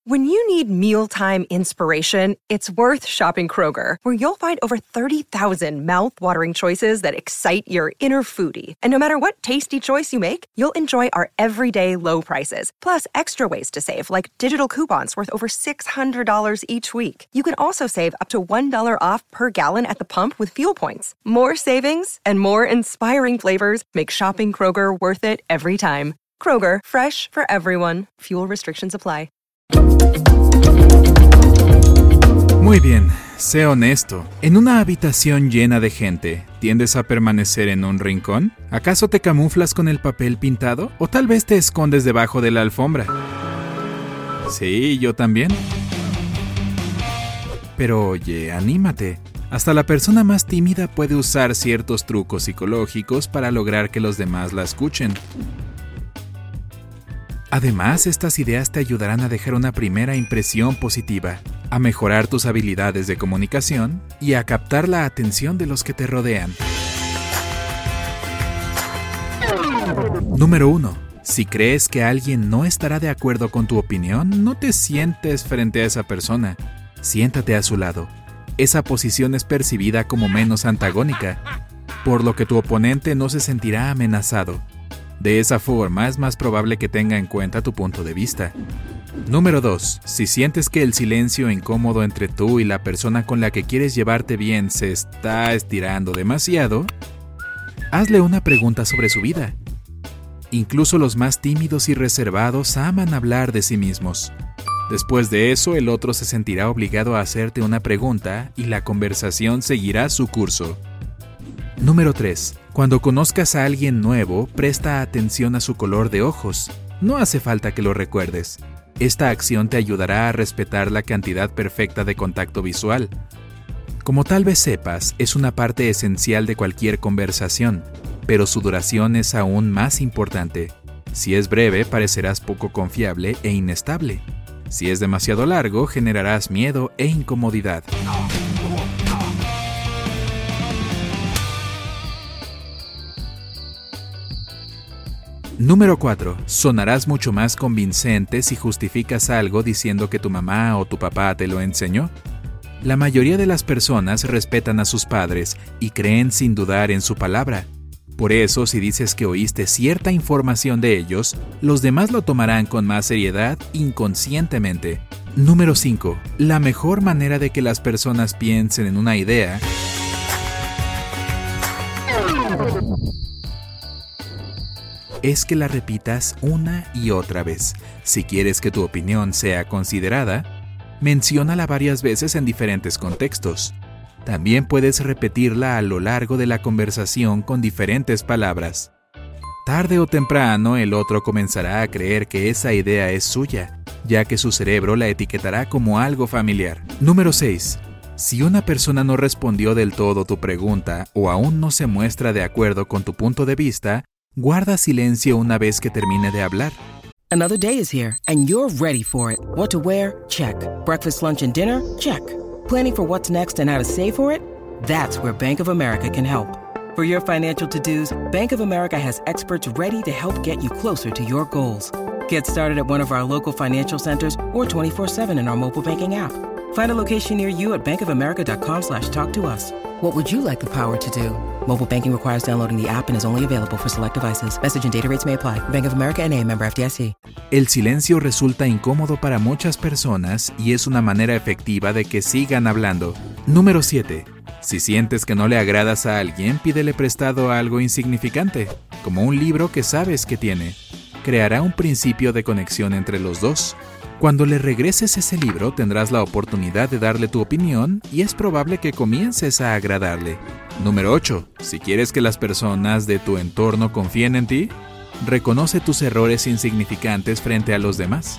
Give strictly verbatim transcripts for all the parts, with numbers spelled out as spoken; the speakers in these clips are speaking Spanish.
When you need mealtime inspiration, it's worth shopping Kroger, where you'll find over thirty thousand mouth-watering choices that excite your inner foodie. And no matter what tasty choice you make, you'll enjoy our everyday low prices, plus extra ways to save, like digital coupons worth over six hundred dollars each week. You can also save up to one dollar off per gallon at the pump with fuel points. More savings and more inspiring flavors make shopping Kroger worth it every time. Kroger, fresh for everyone. Fuel restrictions apply. Muy bien, sé honesto. En una habitación llena de gente, ¿tiendes a permanecer en un rincón? ¿Acaso te camuflas con el papel pintado? ¿O tal vez te escondes debajo de la alfombra? Sí, yo también. Pero oye, anímate. Hasta la persona más tímida puede usar ciertos trucos psicológicos para lograr que los demás la escuchen. Además, estas ideas te ayudarán a dejar una primera impresión positiva, a mejorar tus habilidades de comunicación y a captar la atención de los que te rodean. Número uno. Si crees que alguien no estará de acuerdo con tu opinión, no te sientes frente a esa persona. Siéntate a su lado. Esa posición es percibida como menos antagónica, por lo que tu oponente no se sentirá amenazado. De esa forma, es más probable que tenga en cuenta tu punto de vista. Número dos. Si sientes que el silencio incómodo entre tú y la persona con la que quieres llevarte bien se está estirando demasiado, hazle una pregunta sobre su vida. Incluso los más tímidos y reservados aman hablar de sí mismos. Después de eso, el otro se sentirá obligado a hacerte una pregunta y la conversación seguirá su curso. Número tres. Cuando conozcas a alguien nuevo, presta atención a su color de ojos. No hace falta que lo recuerdes. Esta acción te ayudará a respetar la cantidad perfecta de contacto visual. Como tal vez sepas, es una parte esencial de cualquier conversación, pero su duración es aún más importante. Si es breve, parecerás poco confiable e inestable. Si es demasiado largo, generarás miedo e incomodidad. Número cuatro. Sonarás mucho más convincente si justificas algo diciendo que tu mamá o tu papá te lo enseñó. La mayoría de las personas respetan a sus padres y creen sin dudar en su palabra. Por eso, si dices que oíste cierta información de ellos, los demás lo tomarán con más seriedad inconscientemente. Número cinco. La mejor manera de que las personas piensen en una idea es que la repitas una y otra vez. Si quieres que tu opinión sea considerada, menciónala varias veces en diferentes contextos. También puedes repetirla a lo largo de la conversación con diferentes palabras. Tarde o temprano, el otro comenzará a creer que esa idea es suya, ya que su cerebro la etiquetará como algo familiar. Número seis. Si una persona no respondió del todo tu pregunta o aún no se muestra de acuerdo con tu punto de vista, guarda silencio una vez que termine de hablar. Another day is here, and you're ready for it. What to wear? Check. Breakfast, lunch, and dinner? Check. Planning for what's next and how to save for it? That's where Bank of America can help. For your financial to-dos, Bank of America has experts ready to help get you closer to your goals. Get started at one of our local financial centers or twenty-four seven in our mobile banking app. Find a location near you at bankofamerica.com slash talk to us. What would you like the power to do? Mobile banking requires downloading the app and is only available for select devices. Message and data rates may apply. Bank of America N A, member F D I C. El silencio resulta incómodo para muchas personas y es una manera efectiva de que sigan hablando. Número siete. Si sientes que no le agradas a alguien, pídele prestado algo insignificante, como un libro que sabes que tiene. Creará un principio de conexión entre los dos. Cuando le regreses ese libro, tendrás la oportunidad de darle tu opinión y es probable que comiences a agradarle. Número ocho. Si quieres que las personas de tu entorno confíen en ti, reconoce tus errores insignificantes frente a los demás.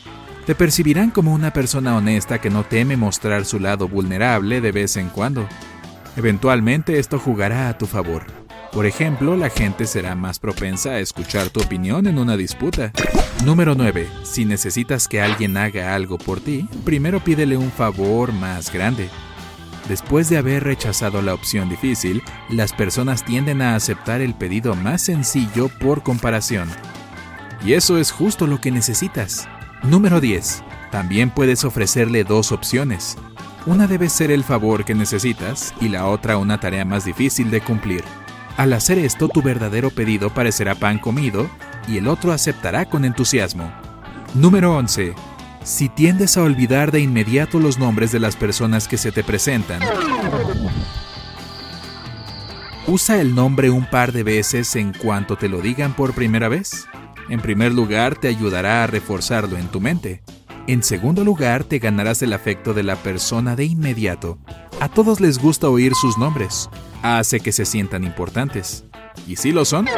Te percibirán como una persona honesta que no teme mostrar su lado vulnerable de vez en cuando. Eventualmente esto jugará a tu favor. Por ejemplo, la gente será más propensa a escuchar tu opinión en una disputa. Número nueve. Si necesitas que alguien haga algo por ti, primero pídele un favor más grande. Después de haber rechazado la opción difícil, las personas tienden a aceptar el pedido más sencillo por comparación. Y eso es justo lo que necesitas. Número diez. También puedes ofrecerle dos opciones. Una debe ser el favor que necesitas y la otra una tarea más difícil de cumplir. Al hacer esto, tu verdadero pedido parecerá pan comido y el otro aceptará con entusiasmo. Número once. Si tiendes a olvidar de inmediato los nombres de las personas que se te presentan, usa el nombre un par de veces en cuanto te lo digan por primera vez. En primer lugar, te ayudará a reforzarlo en tu mente. En segundo lugar, te ganarás el afecto de la persona de inmediato. A todos les gusta oír sus nombres. Hace que se sientan importantes. ¿Y sí lo son?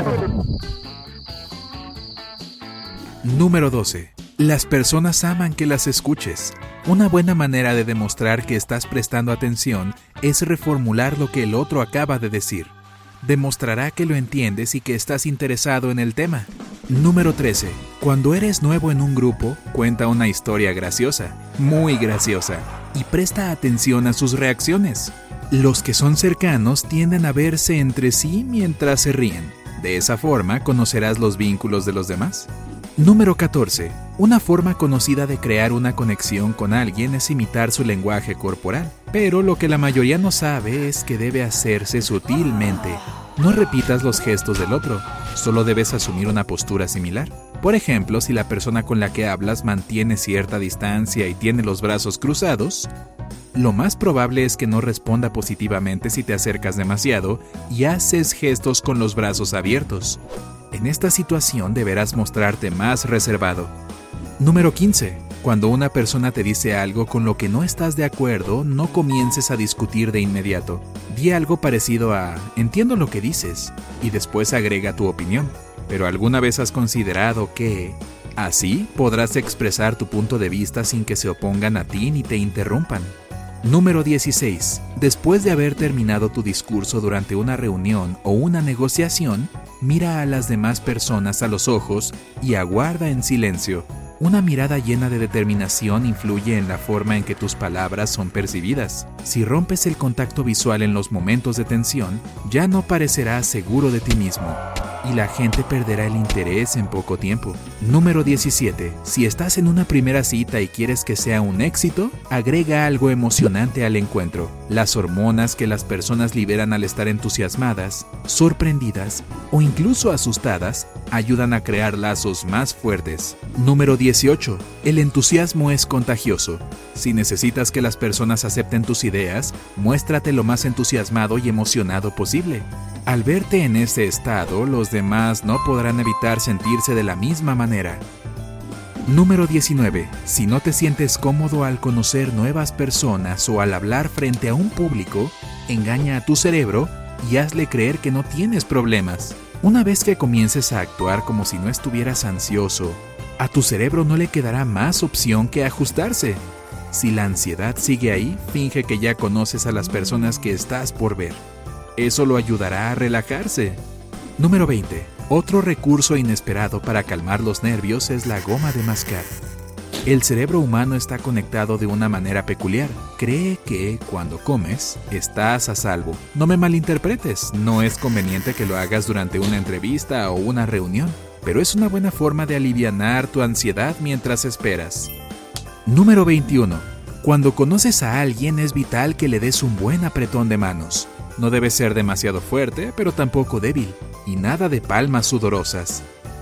Número doce. Las personas aman que las escuches. Una buena manera de demostrar que estás prestando atención es reformular lo que el otro acaba de decir. Demostrará que lo entiendes y que estás interesado en el tema. Número trece. Cuando eres nuevo en un grupo, cuenta una historia graciosa, muy graciosa, y presta atención a sus reacciones. Los que son cercanos tienden a verse entre sí mientras se ríen. De esa forma conocerás los vínculos de los demás. Número catorce. Una forma conocida de crear una conexión con alguien es imitar su lenguaje corporal. Pero lo que la mayoría no sabe es que debe hacerse sutilmente. No repitas los gestos del otro, solo debes asumir una postura similar. Por ejemplo, si la persona con la que hablas mantiene cierta distancia y tiene los brazos cruzados, lo más probable es que no responda positivamente si te acercas demasiado y haces gestos con los brazos abiertos. En esta situación deberás mostrarte más reservado. Número quince. Cuando una persona te dice algo con lo que no estás de acuerdo, no comiences a discutir de inmediato. Di algo parecido a "entiendo lo que dices" y después agrega tu opinión. Pero ¿alguna vez has considerado que así podrás expresar tu punto de vista sin que se opongan a ti ni te interrumpan? Número dieciséis. Después de haber terminado tu discurso durante una reunión o una negociación, mira a las demás personas a los ojos y aguarda en silencio. Una mirada llena de determinación influye en la forma en que tus palabras son percibidas. Si rompes el contacto visual en los momentos de tensión, ya no parecerás seguro de ti mismo y la gente perderá el interés en poco tiempo. Número diecisiete. Si estás en una primera cita y quieres que sea un éxito, agrega algo emocionante al encuentro. Las hormonas que las personas liberan al estar entusiasmadas, sorprendidas o incluso asustadas ayudan a crear lazos más fuertes. Número dieciocho. El entusiasmo es contagioso. Si necesitas que las personas acepten tus ideas, muéstrate lo más entusiasmado y emocionado posible. Al verte en ese estado, los demás no podrán evitar sentirse de la misma manera. Número diecinueve. Si no te sientes cómodo al conocer nuevas personas o al hablar frente a un público, engaña a tu cerebro y hazle creer que no tienes problemas. Una vez que comiences a actuar como si no estuvieras ansioso, a tu cerebro no le quedará más opción que ajustarse. Si la ansiedad sigue ahí, finge que ya conoces a las personas que estás por ver. Eso lo ayudará a relajarse. Número veinte. Otro recurso inesperado para calmar los nervios es la goma de mascar. El cerebro humano está conectado de una manera peculiar. Cree que, cuando comes, estás a salvo. No me malinterpretes, no es conveniente que lo hagas durante una entrevista o una reunión, pero es una buena forma de alivianar tu ansiedad mientras esperas. Número veintiuno. Cuando conoces a alguien es vital que le des un buen apretón de manos. No debe ser demasiado fuerte, pero tampoco débil, y nada de palmas sudorosas.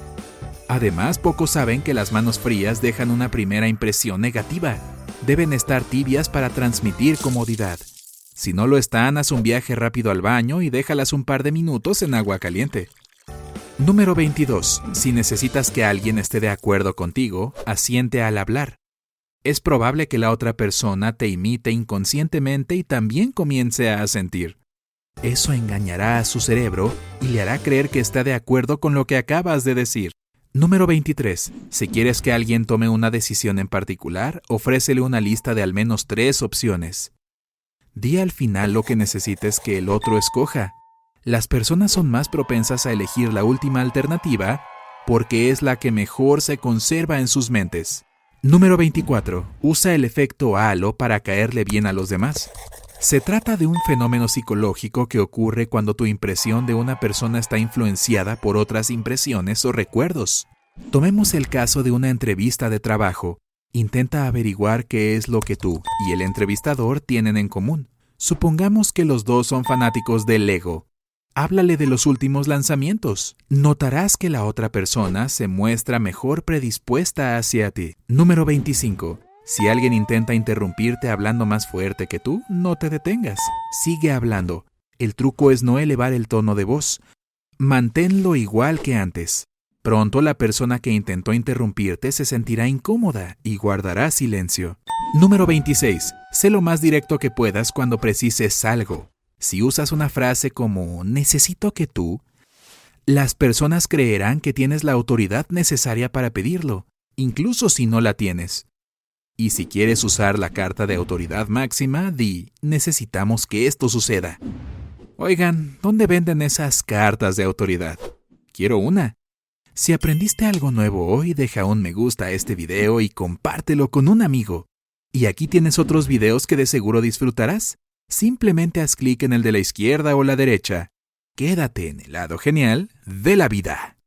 Además, pocos saben que las manos frías dejan una primera impresión negativa. Deben estar tibias para transmitir comodidad. Si no lo están, haz un viaje rápido al baño y déjalas un par de minutos en agua caliente. Número veintidós. Si necesitas que alguien esté de acuerdo contigo, asiente al hablar. Es probable que la otra persona te imite inconscientemente y también comience a asentir. Eso engañará a su cerebro y le hará creer que está de acuerdo con lo que acabas de decir. Número veintitrés. Si quieres que alguien tome una decisión en particular, ofrécele una lista de al menos tres opciones. Di al final lo que necesites que el otro escoja. Las personas son más propensas a elegir la última alternativa porque es la que mejor se conserva en sus mentes. Número veinticuatro. Usa el efecto halo para caerle bien a los demás. Se trata de un fenómeno psicológico que ocurre cuando tu impresión de una persona está influenciada por otras impresiones o recuerdos. Tomemos el caso de una entrevista de trabajo. Intenta averiguar qué es lo que tú y el entrevistador tienen en común. Supongamos que los dos son fanáticos del Lego. Háblale de los últimos lanzamientos. Notarás que la otra persona se muestra mejor predispuesta hacia ti. Número veinticinco. Si alguien intenta interrumpirte hablando más fuerte que tú, no te detengas. Sigue hablando. El truco es no elevar el tono de voz. Manténlo igual que antes. Pronto la persona que intentó interrumpirte se sentirá incómoda y guardará silencio. Número veintiséis. Sé lo más directo que puedas cuando precises algo. Si usas una frase como necesito que tú, las personas creerán que tienes la autoridad necesaria para pedirlo, incluso si no la tienes. Y si quieres usar la carta de autoridad máxima, di necesitamos que esto suceda. Oigan, ¿dónde venden esas cartas de autoridad? Quiero una. Si aprendiste algo nuevo hoy, deja un me gusta a este video y compártelo con un amigo. Y aquí tienes otros videos que de seguro disfrutarás. Simplemente haz clic en el de la izquierda o la derecha. Quédate en el lado genial de la vida.